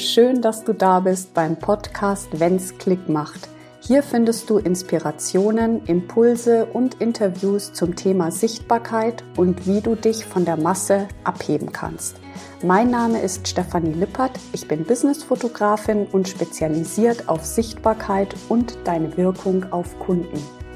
schön, dass du da bist beim Podcast Wenn's Klick macht. Hier findest du Inspirationen, Impulse und Interviews zum Thema Sichtbarkeit und wie du dich von der Masse abheben kannst. Mein Name ist Stefanie Lippert, ich bin Businessfotografin und spezialisiert auf Sichtbarkeit und deine Wirkung auf Kunden.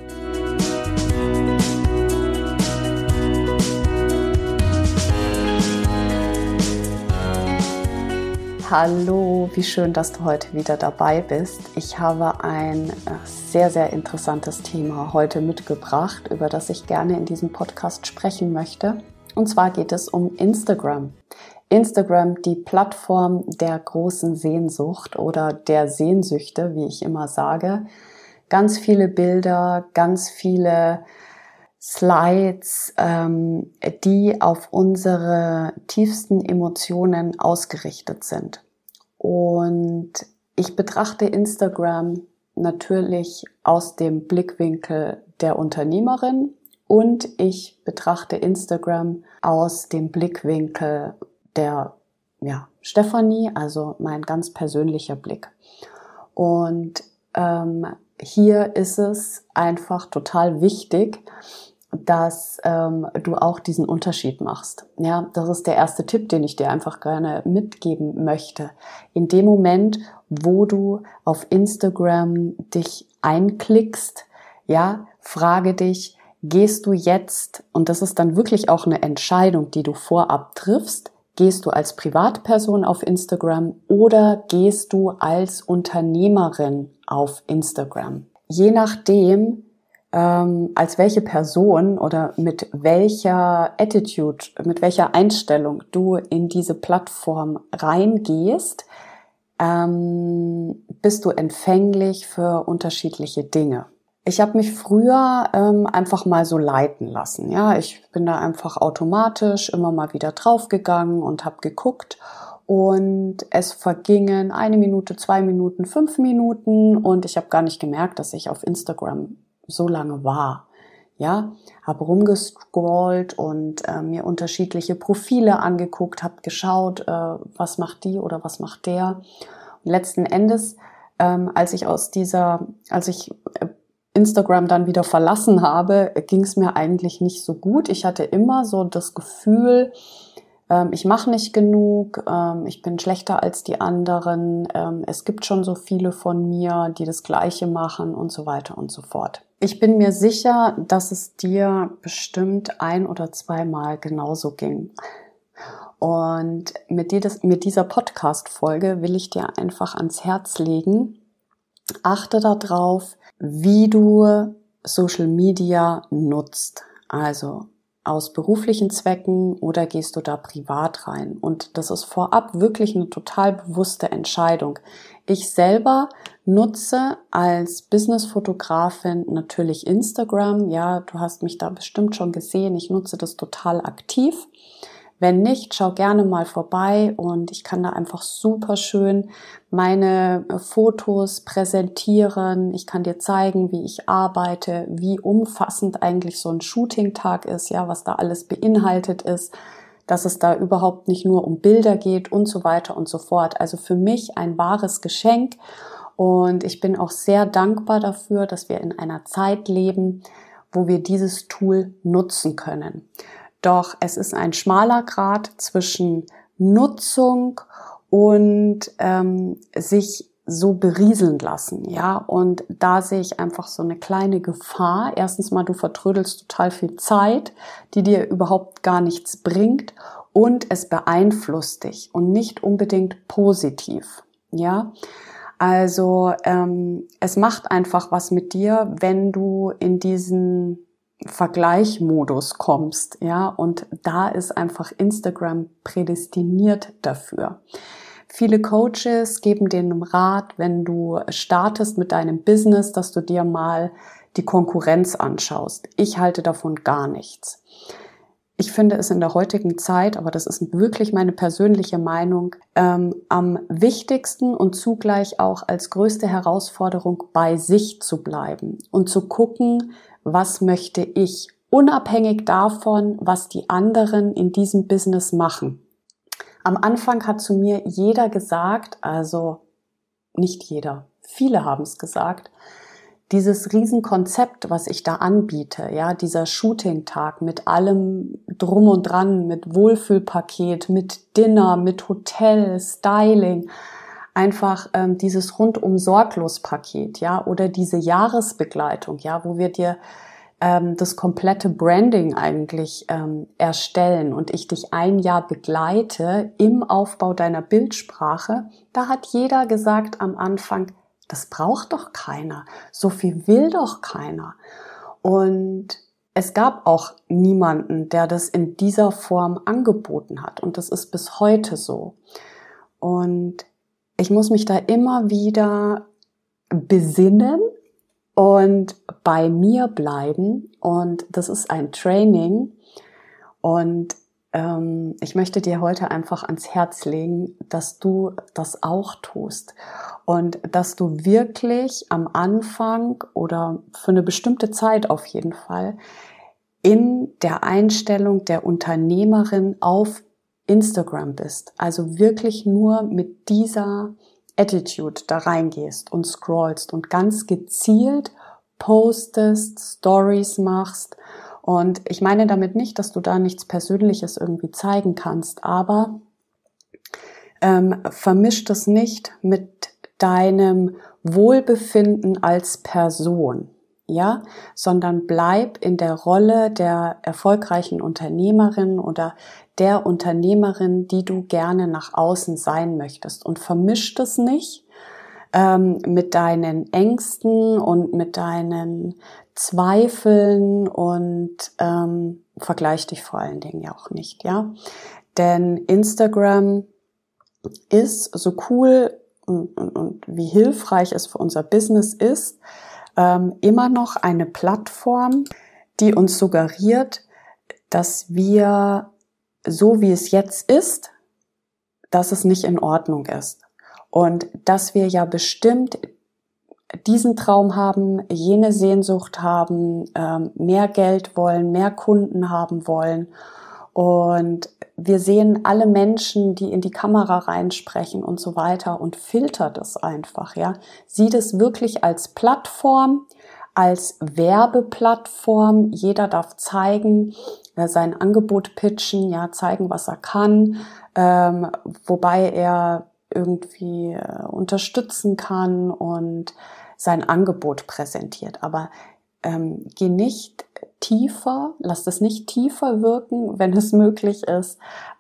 Hallo, wie schön, dass du heute wieder dabei bist. Ich habe ein sehr, sehr interessantes Thema heute mitgebracht, über das ich gerne in diesem Podcast sprechen möchte. Und zwar geht es um Instagram. Instagram, die Plattform der großen Sehnsucht oder der Sehnsüchte, wie ich immer sage. Ganz viele Bilder, ganz viele Slides, die auf unsere tiefsten Emotionen ausgerichtet sind. Und ich betrachte Instagram natürlich aus dem Blickwinkel der Unternehmerin und ich betrachte Instagram aus dem Blickwinkel der Stefanie, also mein ganz persönlicher Blick. Und hier ist es einfach total wichtig, dass du auch diesen Unterschied machst. Ja, das ist der erste Tipp, den ich dir einfach gerne mitgeben möchte. In dem Moment, wo du auf Instagram dich einklickst, ja, frage dich, gehst du jetzt, und das ist dann wirklich auch eine Entscheidung, die du vorab triffst, gehst du als Privatperson auf Instagram oder gehst du als Unternehmerin auf Instagram? Je nachdem, als welche Person oder mit welcher Attitude, mit welcher Einstellung du in diese Plattform reingehst, bist du empfänglich für unterschiedliche Dinge. Ich habe mich früher einfach mal so leiten lassen. Ja, ich bin da einfach automatisch immer mal wieder draufgegangen und habe geguckt. Und es vergingen 1 Minute, 2 Minuten, 5 Minuten und ich habe gar nicht gemerkt, dass ich auf Instagram so lange war. Ja, habe rumgescrollt und mir unterschiedliche Profile angeguckt, habe geschaut, was macht die oder was macht der. Und letzten Endes, als ich Instagram dann wieder verlassen habe, ging es mir eigentlich nicht so gut. Ich hatte immer so das Gefühl, ich mache nicht genug, ich bin schlechter als die anderen, es gibt schon so viele von mir, die das Gleiche machen und so weiter und so fort. Ich bin mir sicher, dass es dir bestimmt 1 oder 2 Mal genauso ging. Und mit dieser Podcast-Folge will ich dir einfach ans Herz legen, achte darauf, wie du Social Media nutzt. Also aus beruflichen Zwecken oder gehst du da privat rein? Und das ist vorab wirklich eine total bewusste Entscheidung. Ich selber nutze als Businessfotografin natürlich Instagram. Ja, du hast mich da bestimmt schon gesehen. Ich nutze das total aktiv. Wenn nicht, schau gerne mal vorbei und ich kann da einfach super schön meine Fotos präsentieren. Ich kann dir zeigen, wie ich arbeite, wie umfassend eigentlich so ein Shooting-Tag ist, ja, was da alles beinhaltet ist, dass es da überhaupt nicht nur um Bilder geht und so weiter und so fort. Also für mich ein wahres Geschenk und ich bin auch sehr dankbar dafür, dass wir in einer Zeit leben, wo wir dieses Tool nutzen können. Doch es ist ein schmaler Grat zwischen Nutzung und sich so berieseln lassen, ja. Und da sehe ich einfach so eine kleine Gefahr. Erstens mal, du vertrödelst total viel Zeit, die dir überhaupt gar nichts bringt und es beeinflusst dich und nicht unbedingt positiv, ja. Also es macht einfach was mit dir, wenn du in diesen Vergleichmodus kommst, ja, und da ist einfach Instagram prädestiniert dafür. Viele Coaches geben dir einen Rat, wenn du startest mit deinem Business, dass du dir mal die Konkurrenz anschaust. Ich halte davon gar nichts. Ich finde es in der heutigen Zeit, aber das ist wirklich meine persönliche Meinung, am wichtigsten und zugleich auch als größte Herausforderung bei sich zu bleiben und zu gucken, was möchte ich, unabhängig davon, was die anderen in diesem Business machen. Am Anfang hat zu mir jeder gesagt, also nicht jeder, viele haben es gesagt, dieses Riesenkonzept, was ich da anbiete, ja, dieser Shooting-Tag mit allem drum und dran, mit Wohlfühlpaket, mit Dinner, mit Hotel, Styling, einfach dieses rundum sorglos Paket, ja, oder diese Jahresbegleitung, ja, wo wir dir das komplette Branding eigentlich erstellen und ich dich ein Jahr begleite im Aufbau deiner Bildsprache. Da hat jeder gesagt am Anfang, das braucht doch keiner, so viel will doch keiner. Und es gab auch niemanden, der das in dieser Form angeboten hat. Und das ist bis heute so. Und ich muss mich da immer wieder besinnen und bei mir bleiben. Und das ist ein Training. Und ich möchte dir heute einfach ans Herz legen, dass du das auch tust. Und dass du wirklich am Anfang oder für eine bestimmte Zeit auf jeden Fall in der Einstellung der Unternehmerin auf Instagram bist. Also wirklich nur mit dieser Attitude da reingehst und scrollst und ganz gezielt postest, Stories machst. Und ich meine damit nicht, dass du da nichts Persönliches irgendwie zeigen kannst, aber vermisch das nicht mit deinem Wohlbefinden als Person, ja, sondern bleib in der Rolle der erfolgreichen Unternehmerin oder der Unternehmerin, die du gerne nach außen sein möchtest, und vermisch das nicht mit deinen Ängsten und mit deinen Zweifeln und vergleich dich vor allen Dingen ja auch nicht, ja, denn Instagram ist so cool und wie hilfreich es für unser Business ist, immer noch eine Plattform, die uns suggeriert, dass wir, so wie es jetzt ist, dass es nicht in Ordnung ist. Und dass wir ja bestimmt diesen Traum haben, jene Sehnsucht haben, mehr Geld wollen, mehr Kunden haben wollen. Und wir sehen alle Menschen, die in die Kamera reinsprechen und so weiter und filtert es einfach, ja. Sieh das wirklich als Plattform, als Werbeplattform. Jeder darf zeigen, sein Angebot pitchen, ja, zeigen, was er kann, wobei er irgendwie unterstützen kann und sein Angebot präsentiert. Aber geh nicht tiefer, lass das nicht tiefer wirken, wenn es möglich ist.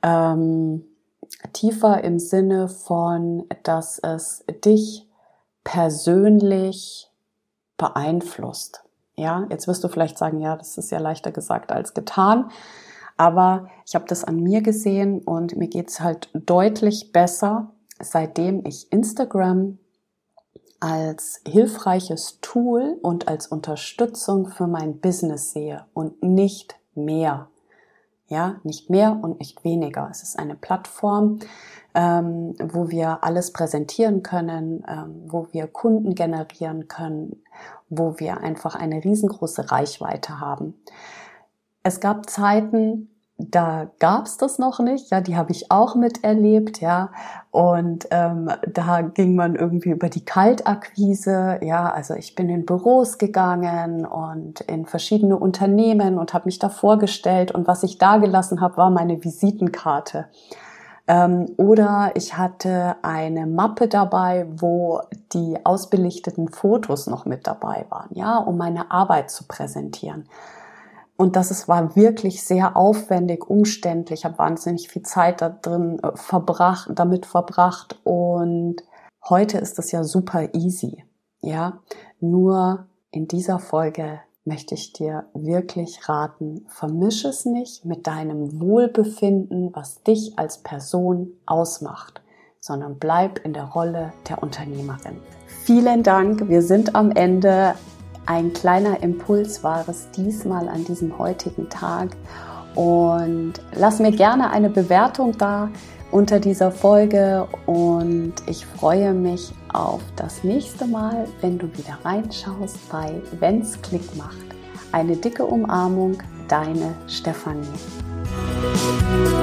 Tiefer im Sinne von, dass es dich persönlich beeinflusst. Ja, jetzt wirst du vielleicht sagen, ja, das ist ja leichter gesagt als getan. Aber ich habe das an mir gesehen und mir geht's halt deutlich besser, seitdem ich Instagram als hilfreiches Tool und als Unterstützung für mein Business sehe und nicht mehr. Ja, nicht mehr und nicht weniger. Es ist eine Plattform, wo wir alles präsentieren können, wo wir Kunden generieren können, wo wir einfach eine riesengroße Reichweite haben. Es gab Zeiten, da gab's das noch nicht, ja, die habe ich auch miterlebt, ja, und da ging man irgendwie über die Kaltakquise, ja, also ich bin in Büros gegangen und in verschiedene Unternehmen und habe mich da vorgestellt und was ich da gelassen habe, war meine Visitenkarte. Oder ich hatte eine Mappe dabei, wo die ausbelichteten Fotos noch mit dabei waren, ja, um meine Arbeit zu präsentieren. Und war wirklich sehr aufwendig, umständlich. Ich habe wahnsinnig viel Zeit damit verbracht. Und heute ist es ja super easy. Ja, nur in dieser Folge möchte ich dir wirklich raten, vermisch es nicht mit deinem Wohlbefinden, was dich als Person ausmacht, sondern bleib in der Rolle der Unternehmerin. Vielen Dank. Wir sind am Ende. Ein kleiner Impuls war es diesmal an diesem heutigen Tag und lass mir gerne eine Bewertung da unter dieser Folge und ich freue mich auf das nächste Mal, wenn du wieder reinschaust bei Wenn's Klick macht. Eine dicke Umarmung, deine Stefanie.